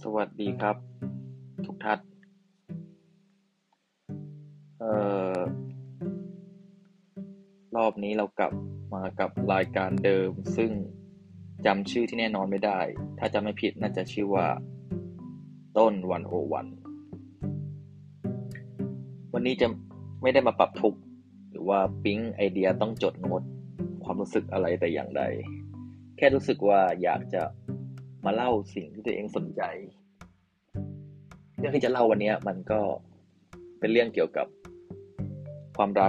วัสดีครับทุกท่านเอ่อรอบนี้เรากลับมากับรายการเดิมซึ่งจำชื่อที่แน่นอนไม่ได้ถ้าจำไม่ผิดน่าจะชื่อว่าต้น101วันนี้จะไม่ได้มาปรับทุกข์หรือว่าปิ๊งไอเดียต้องจดโน้ตความรู้สึกอะไรแต่อย่างใดแค่รู้สึกว่าอยากจะมาเล่าสิ่งที่ตัวเองสนใจเรื่องที่จะเล่าวันนี้มันก็เป็นเรื่องเกี่ยวกับความรัก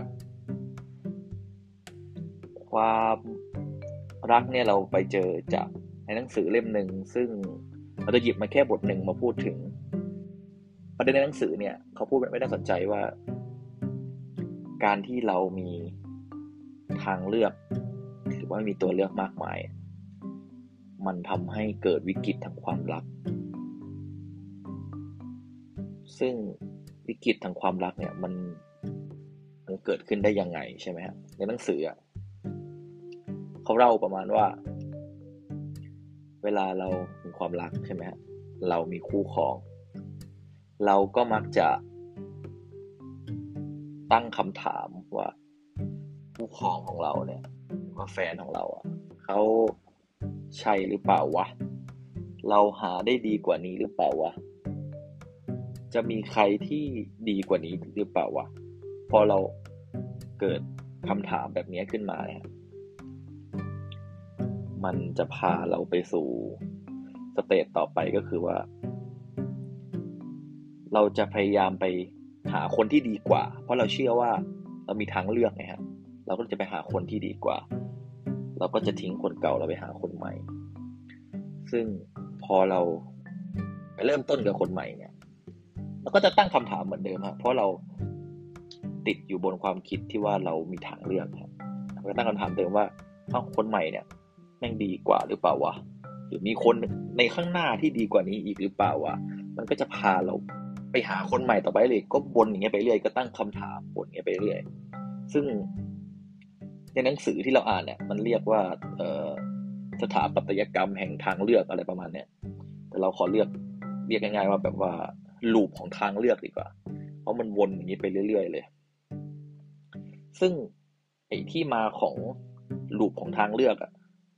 ความรักเนี่ยเราไปเจอจากในหนังสือเล่มหนึ่งซึ่งเราจะหยิบมาแค่บทหนึ่งมาพูดถึงประเด็นในหนังสือเนี่ยเขาพูดไม่ได้สนใจว่าการที่เรามีทางเลือกหรือว่ามีตัวเลือกมากมายมันทำให้เกิดวิกฤตทางความรักซึ่งวิกฤตทางความรักเนี่ยมันเกิดขึ้นได้ยังไงใช่ไหมครับในหนังสือเขาเล่าประมาณว่าเวลาเรามีความรักใช่ไหมฮะเรามีคู่ครองเราก็มักจะตั้งคำถามว่าคู่ครองของเราเนี่ยว่าแฟนของเราเขาใช่หรือเปล่าวะเราหาได้ดีกว่านี้หรือเปล่าวะจะมีใครที่ดีกว่านี้หรือเปล่าวะพอเราเกิดคำถามแบบนี้ขึ้นมาเนี่ยมันจะพาเราไปสู่สเตจต่อไปก็คือว่าเราจะพยายามไปหาคนที่ดีกว่าเพราะเราเชื่อว่าเรามีทางเลือกไงฮะเราก็จะไปหาคนที่ดีกว่าเราก็จะทิ้งคนเก่าเราไปหาคนใหม่ซึ่งพอเราไปเริ่มต้นกับคนใหม่เนี่ยเราก็จะตั้งคำถามเหมือนเดิมฮะเพราะเราติดอยู่บนความคิดที่ว่าเรามีทางเลือกครับเราก็ตั้งคำถามเดิมว่าคนใหม่เนี่ยแม่งดีกว่าหรือเปล่าวะหรือมีคนในข้างหน้าที่ดีกว่านี้อีกหรือเปล่าวะมันก็จะพาเราไปหาคนใหม่ต่อไปเลยก็วนอย่างเงี้ยไปเรื่อยก็ตั้งคำถามวนอย่างเงี้ยไปเรื่อยซึ่งในหนังสือที่เราอ่านเนี่ยมันเรียกว่าสถาปัตยกรรมแห่งทางเลือกอะไรประมาณเนี้ยแต่เราขอเรียกง่ายๆว่าแบบว่าลูปของทางเลือกดีกว่าเพราะมันวนอย่างนี้ไปเรื่อยๆเลยซึ่งไอ้ที่มาของลูปของทางเลือก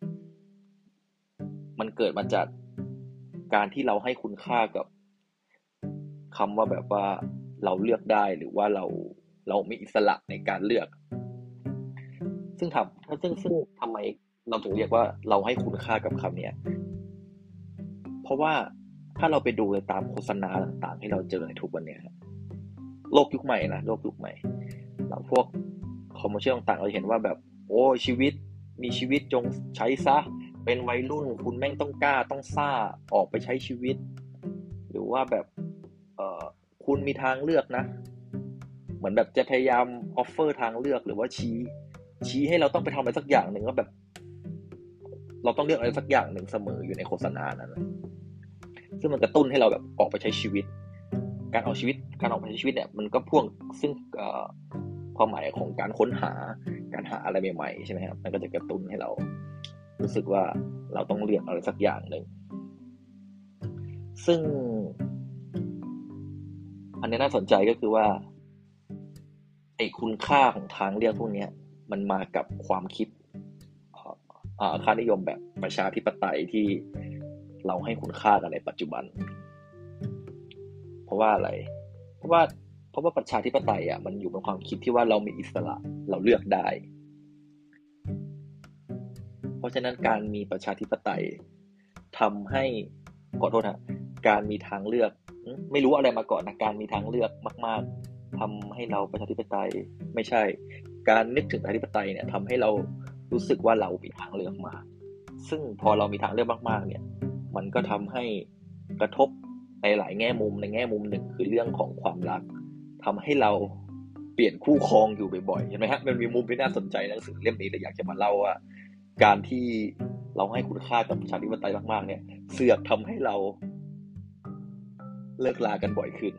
มันเกิดมาจากการที่เราให้คุณค่ากับคำว่าแบบว่าเราเลือกได้หรือว่าเรามีอิสระในการเลือกซึ่งทำไมเราถึงเรียกว่าเราให้คุณค่ากับคำนี้เพราะว่าถ้าเราไปดูตามโฆษณาต่างๆที่เราเจอในทุกวันนี้โลกยุคใหม่นะโลกยุคใหม่เราพวกคอมเมอร์เชียลต่างๆเราเห็นว่าแบบโอ้ชีวิตมีชีวิตจงใช้ซะเป็นวัยรุ่นคุณแม่งต้องกล้าต้องซ่าออกไปใช้ชีวิตหรือว่าแบบคุณมีทางเลือกนะเหมือนแบบจะพยายามออฟเฟอร์ทางเลือกหรือว่าชี้ให้เราต้องไปทำอะไรสักอย่างหนึ่งว่าแบบเราต้องเลือกอะไรสักอย่างหนึ่งเสมออยู่ในโฆษณานั้นซึ่งมันกระตุ้นให้เราแบบออกไปใช้ชีวิตการออกไปใช้ชีวิตเนี่ยมันก็พ่วงซึ่งความหมายของการค้นหาการหาอะไรใหม่ๆใช่ไหมครับมันก็จะกระตุ้นให้เรารู้สึกว่าเราต้องเลือกอะไรสักอย่างหนึ่งซึ่งอันนี้น่าสนใจก็คือว่าไอ้คุณค่าของทางเลือกพวกนี้มันมากับความคิดค่านิยมแบบประชาธิปไตยที่เราให้คุณค่ากันในปัจจุบันเพราะว่าอะไรเพราะว่าประชาธิปไตยมันอยู่บนความคิดที่ว่าเรามีอิสระเราเลือกได้เพราะฉะนั้นการมีประชาธิปไตยทำให้ขอโทษนะการมีทางเลือกไม่รู้อะไรมาก่อนนะการมีทางเลือกมากๆทำให้เราประชาธิปไตยไม่ใช่การนึกถึงประชาธิปไตยเนี่ยทำให้เรารู้สึกว่าเรามีทางเลือกมากซึ่งพอเรามีทางเลือกมากๆเนี่ยมันก็ทำให้กระทบในหลายแง่มุมในแง่มุมหนึ่งคือเรื่องของความรักทำให้เราเปลี่ยนคู่ครองอยู่บ่อยๆเห็นไหมฮะมันมีมุมที่น่าสนใจในหนังสือเล่มนี้เลยอยากจะมาเล่าว่าการที่เราให้คุณค่ากับประชาธิปไตยมากๆเนี่ยเสือกทำให้เราเลิกลากันบ่อยขึ้น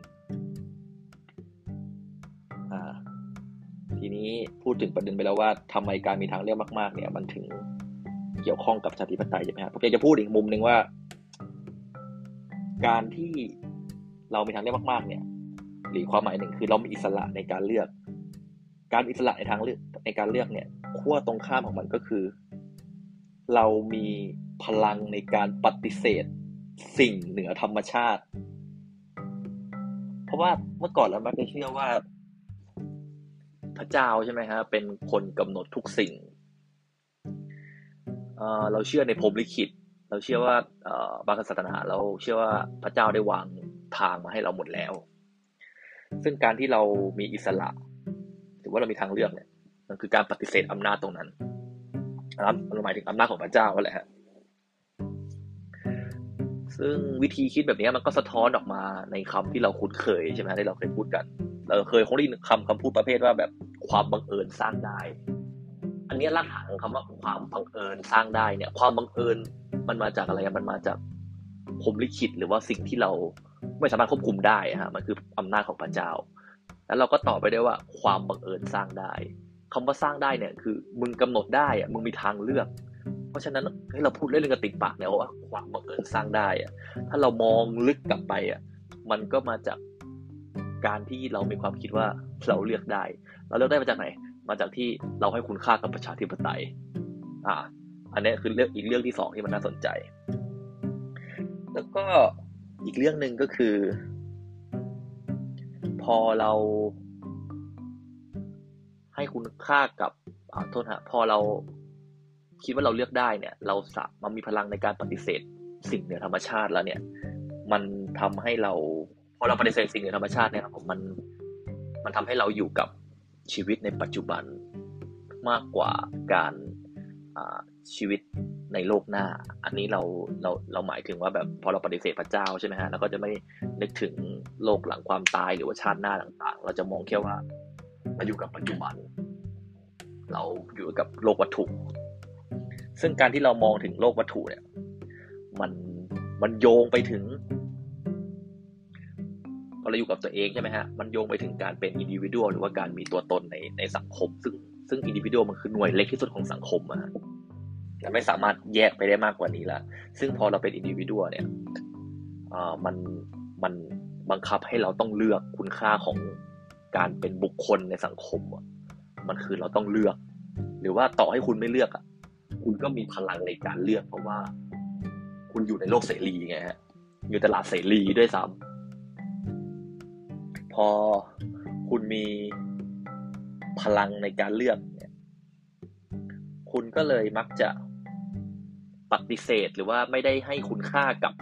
ทีนี้พูดถึงประเด็นไปแล้วว่าทำไมการมีทางเลือกมากๆเนี่ยมันถึงเกี่ยวข้องกับประชาธิปไตยใช่ไหมครับผมอยากจะพูดอีกมุมหนึ่งว่าการที่เรามีทางเลือกมากๆเนี่ยหรือความหมายหนึ่งคือเรามีอิสระในการเลือกการอิสระในทางเลือกในการเลือกเนี่ยขั้วตรงข้ามของมันก็คือเรามีพลังในการปฏิเสธสิ่งเหนือธรรมชาติเพราะว่าเมื่อก่อนเรามักจะเชื่อว่าพระเจ้าใช่ไหมฮะเป็นคนกำหนดทุกสิ่งเราเชื่อในพรหมลิขิตเราเชื่อว่าบางศาสนาเราเชื่อว่าพระเจ้าได้วางทางมาให้เราหมดแล้วซึ่งการที่เรามีอิสระหรือว่าเรามีทางเลือกเนี่ยมันคือการปฏิเสธอำนาจตรงนั้นนะครับมันหมายถึงอำนาจของพระเจ้าแหละฮะซึ่งวิธีคิดแบบนี้มันก็สะท้อนออกมาในคำที่เราคุ้นเคยใช่ไหมที่เราเคยพูดกันเราคงได้ยินคำพูดประเภทว่าแบบความบังเอิญสร้างได้อันนี้รากฐานของคำว่าความบังเอิญสร้างได้เนี่ยความบังเอิญมันมาจากอะไรมันมาจากพรหมลิขิตหรือว่าสิ่งที่เราไม่สามารถควบคุมได้ฮะมันคืออำนาจของพระเจ้าแล้วเราก็ตอบไปได้ว่าความบังเอิญสร้างได้คำว่าสร้างได้เนี่ยคือมึงกำหนดได้อะมึงมีทางเลือกเพราะฉะนั้นให้เราพูดเล่นๆกันติดปากเนี่ยว่าความบังเอิญสร้างได้อะถ้าเรามองลึกกลับไปอ่ะมันก็มาจากการที่เรามีความคิดว่าเราเลือกได้เราเลือกได้มาจากไหนมาจากที่เราให้คุณค่ากับประชาธิปไตยอันนี้คืออีกเรื่องที่สองที่มันน่าสนใจแล้วก็อีกเรื่องหนึ่งก็คือพอเราให้คุณค่ากับโทษฮะพอเราคิดว่าเราเลือกได้เนี่ยมันมีพลังในการปฏิเสธสิ่งเหนือธรรมชาติแล้วเนี่ยมันทำให้เราพอเราปฏิเสธสิ่งเหนือธรรมชาติเนี่ยครับผมมันทำให้เราอยู่กับชีวิตในปัจจุบันมากกว่าการชีวิตในโลกหน้าอันนี้เราหมายถึงว่าแบบพอเราปฏิเสธพระเจ้าใช่ไหมฮะเราก็จะไม่นึกถึงโลกหลังความตายหรือว่าชาติหน้าต่างๆเราจะมองแค่ว่าเราอยู่กับปัจจุบันเราอยู่กับโลกวัตถุซึ่งการที่เรามองถึงโลกวัตถุเนี่ยมันโยงไปถึงพอเราอยู่กับตัวเองใช่ไหมฮะมันโยงไปถึงการเป็นอินดิวิวหรือว่าการมีตัวตนในสังคมซึ่งอินดิวิวมันคือหน่วยเล็กที่สุดของสังคมอะและไม่สามารถแยกไปได้มากกว่านี้ละซึ่งพอเราเป็นอินดิวิวเนี่ยมันบังคับให้เราต้องเลือกคุณค่าของการเป็นบุคคลในสังคมมันคือเราต้องเลือกหรือว่าต่อให้คุณไม่เลือกคุณก็มีพลังในการเลือกเพราะว่าคุณอยู่ในโลกเสรีไงฮะอยู่ตลาดเสรีด้วยซ้ำพอคุณมีพลังในการเลือกเนี่ยคุณก็เลยมักจะปฏิเสธหรือว่าไม่ได้ให้คุณค่ากับ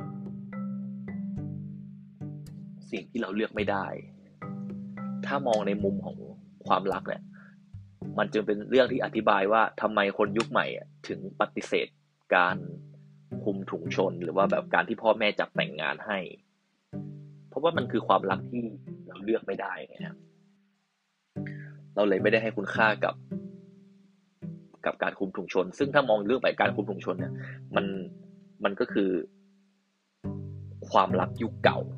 สิ่งที่เราเลือกไม่ได้ถ้ามองในมุมของความรักเนี่ยมันจึงเป็นเรื่องที่อธิบายว่าทำไมคนยุคใหม่ถึงปฏิเสธการคุมถุงชนหรือว่าแบบการที่พ่อแม่จับแต่งงานให้เพราะว่ามันคือความรักที่เราเลือกไม่ได้ไงครับเราเลยไม่ได้ให้คุณค่ากับการคุมถุงชนซึ่งถ้ามองเรื่องไปการคุมถุงชนเนี่ยมันก็คือความรักยุคเก่า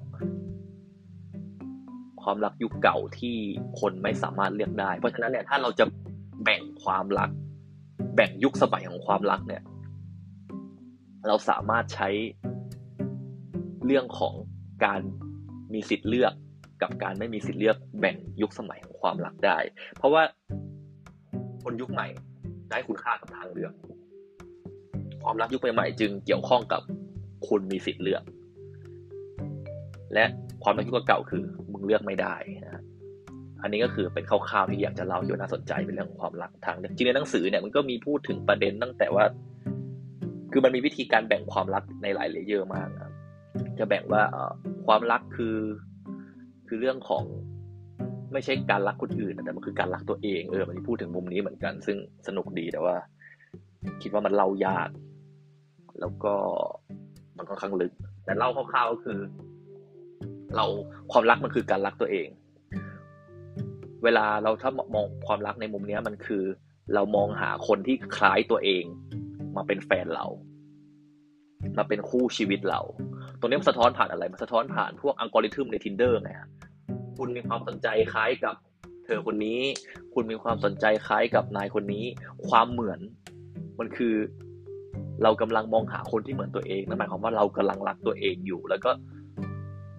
ความรักยุคเก่าที่คนไม่สามารถเลือกได้เพราะฉะนั้นเนี่ยถ้าเราจะแบ่งความรักแบ่งยุคสมัยของความรักเนี่ยเราสามารถใช้เรื่องของการมีสิทธิ์เลือกกับการไม่มีสิทธิ์เลือกแบ่งยุคสมัยของความรักได้เพราะว่าคนยุคใหม่ได้คุณค่ากับทางเลือกความรักยุคใหม่ๆจึงเกี่ยวข้องกับคุณมีสิทธิ์เลือกและความรักยุคเก่าคือมึงเลือกไม่ได้นะอันนี้ก็คือเป็นคร่าวๆที่อยากจะเล่าที่น่าสนใจเป็นเรื่องของความรักทางเลือกจริงในหนังสือเนี่ยมันก็มีพูดถึงประเด็นตั้งแต่ว่าคือมันมีวิธีการแบ่งความรักในหลายเลเยอร์มากนะจะแบ่งว่าความรักคือเรื่องของไม่ใช่การรักคนอื่นแต่มันคือการรักตัวเองมันพูดถึงมุมนี้เหมือนกันซึ่งสนุกดีแต่ว่าคิดว่ามันเล่ายากแล้วก็มันค่อนข้างลึกแต่เล่าคร่าวๆก็คือความรักมันคือการรักตัวเองเวลาเราถ้ามองความรักในมุมนี้มันคือเรามองหาคนที่คล้ายตัวเองมาเป็นแฟนเรามาเป็นคู่ชีวิตเราตรงนี้มันสะท้อนผ่านอะไรมันสะท้อนผ่านพวกอัลกอริทึมใน Tinder ไงฮะคุณมีความสนใจคล้ายกับเธอคนนี้คุณมีความสนใจคล้ายกับนายคนนี้ความเหมือนมันคือเรากำลังมองหาคนที่เหมือนตัวเองนั่นหมายความว่าเรากำลังรักตัวเองอยู่แล้วก็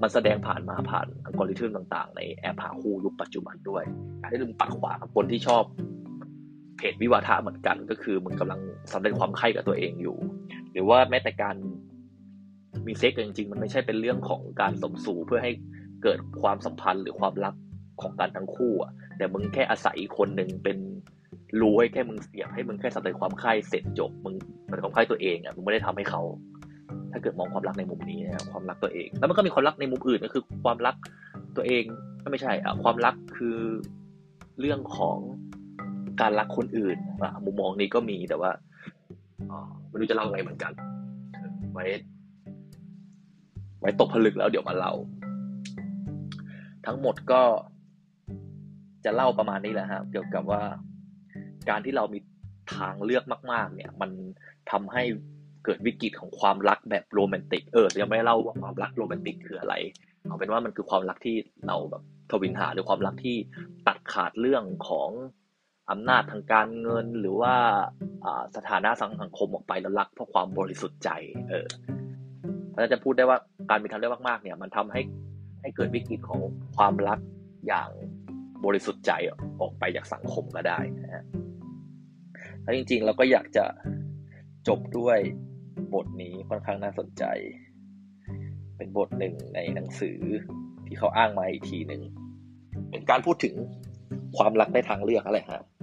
มันแสดงผ่านอัลกอริทึมต่างๆในแอปหาคู่ยุคปัจจุบันด้วยการที่มึงปัดขวากับคนที่ชอบเพจวิวาทะเหมือนกันก็คือมึงกำลังสำเร็จความใคร่กับตัวเองอยู่หรือว่าแม้แต่การมีเซ็กกันจริงๆมันไม่ใช่เป็นเรื่องของการสมสู่เพื่อให้เกิดความสัมพันธ์หรือความรักของกันทั้งคู่อ่ะแต่มึงแค่อาศัยคนหนึ่งเป็นรู้ให้แค่มึงเสียบให้มึงแค่สำเร็จความใคร่เสร็จจบมึงมันความใคร่ตัวเองอ่ะมึงไม่ได้ทำให้เขาถ้าเกิดมองความรักในมุมนี้นะความรักตัวเองแล้วมันก็มีความรักในมุมอื่นก็คือความรักตัวเองไม่ใช่อ่ะความรักคือเรื่องของการรักคนอื่นมุมมองนี้ก็มีแต่ว่าไม่รู้จะเล่าไงเหมือนกันไว้ตกผลึกแล้วเดี๋ยวมาเล่าทั้งหมดก็จะเล่าประมาณนี้แหละฮะเกี่ยวกับว่าการที่เรามีทางเลือกมากๆเนี่ยมันทำให้เกิดวิกฤตของความรักแบบโรแมนติกยังไม่เล่าว่าความรักโรแมนติกคืออะไรเอาเป็นว่ามันคือความรักที่เราแบบทวินหาหรือความรักที่ตัดขาดเรื่องของอำนาจทางการเงินหรือว่าสถานะสังคมออกไปแล้วรักเพราะความบริสุทธิ์ใจเพราะฉะนั้นจะพูดได้ว่าการมีทางเลือกมากๆเนี่ยมันทำให้เกิดวิกฤตของความรักอย่างบริสุทธิ์ใจออกไปจากสังคมก็ได้นะฮะแล้วจริงๆเราก็อยากจะจบด้วยบทนี้ค่อนข้างน่าสนใจเป็นบทหนึ่งในหนังสือที่เขาอ้างมาอีกทีหนึ่งเป็นการพูดถึงความรักได้ทางเลือกอะไรฮะ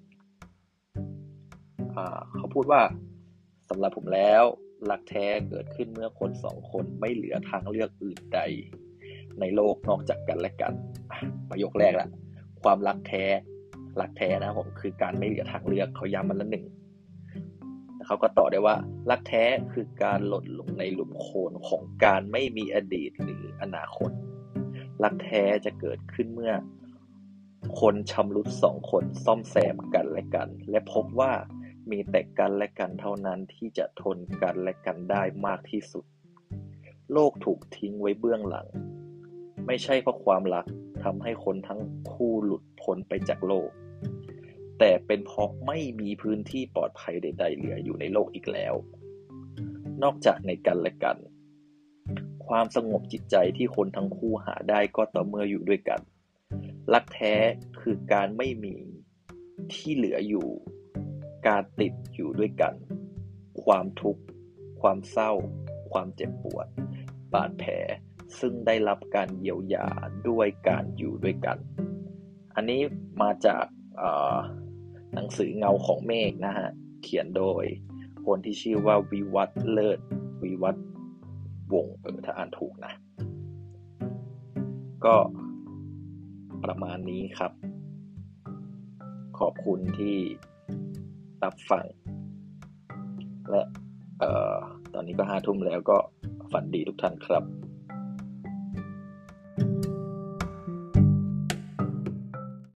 เขาพูดว่าสำหรับผมแล้วรักแท้เกิดขึ้นเมื่อคนสองคนไม่เหลือทางเลือกอื่นใดในโลกนอกจากกันและกันประโยคแรกละความรักแท้นะผมคือการไม่เหลือทางเลือกเขาย้ำมันละหนึ่งเขาก็ต่อได้ว่ารักแท้คือการหล่นลงในหลุมโคลนของการไม่มีอดีตหรืออนาคตรักแท้จะเกิดขึ้นเมื่อคนชำรุดสองคนซ่อมแซมกันและกันและพบว่ามีแต่กันและกันเท่านั้นที่จะทนกันและกันได้มากที่สุดโลกถูกทิ้งไว้เบื้องหลังไม่ใช่เพราะความรักทำให้คนทั้งคู่หลุดพ้นไปจากโลกแต่เป็นเพราะไม่มีพื้นที่ปลอดภัยใดๆเหลืออยู่ในโลกอีกแล้วนอกจากในกันและกันความสงบจิตใจที่คนทั้งคู่หาได้ก็ต่อเมื่ออยู่ด้วยกันรักแท้คือการไม่มีที่เหลืออยู่การติดอยู่ด้วยกันความทุกข์ความเศร้าความเจ็บปวดบาดแผลซึ่งได้รับการเยียวยาด้วยการอยู่ด้วยกันอันนี้มาจากหนังสือเงาของเมฆนะฮะเขียนโดยคนที่ชื่อว่าวิวัฒน์เลิศวิวัฒน์วงศ์ถ้าอ่านถูกนะก็ประมาณนี้ครับขอบคุณที่รับฟังและตอนนี้ก็5 ทุ่มแล้วก็ฝันดีทุกท่านครับ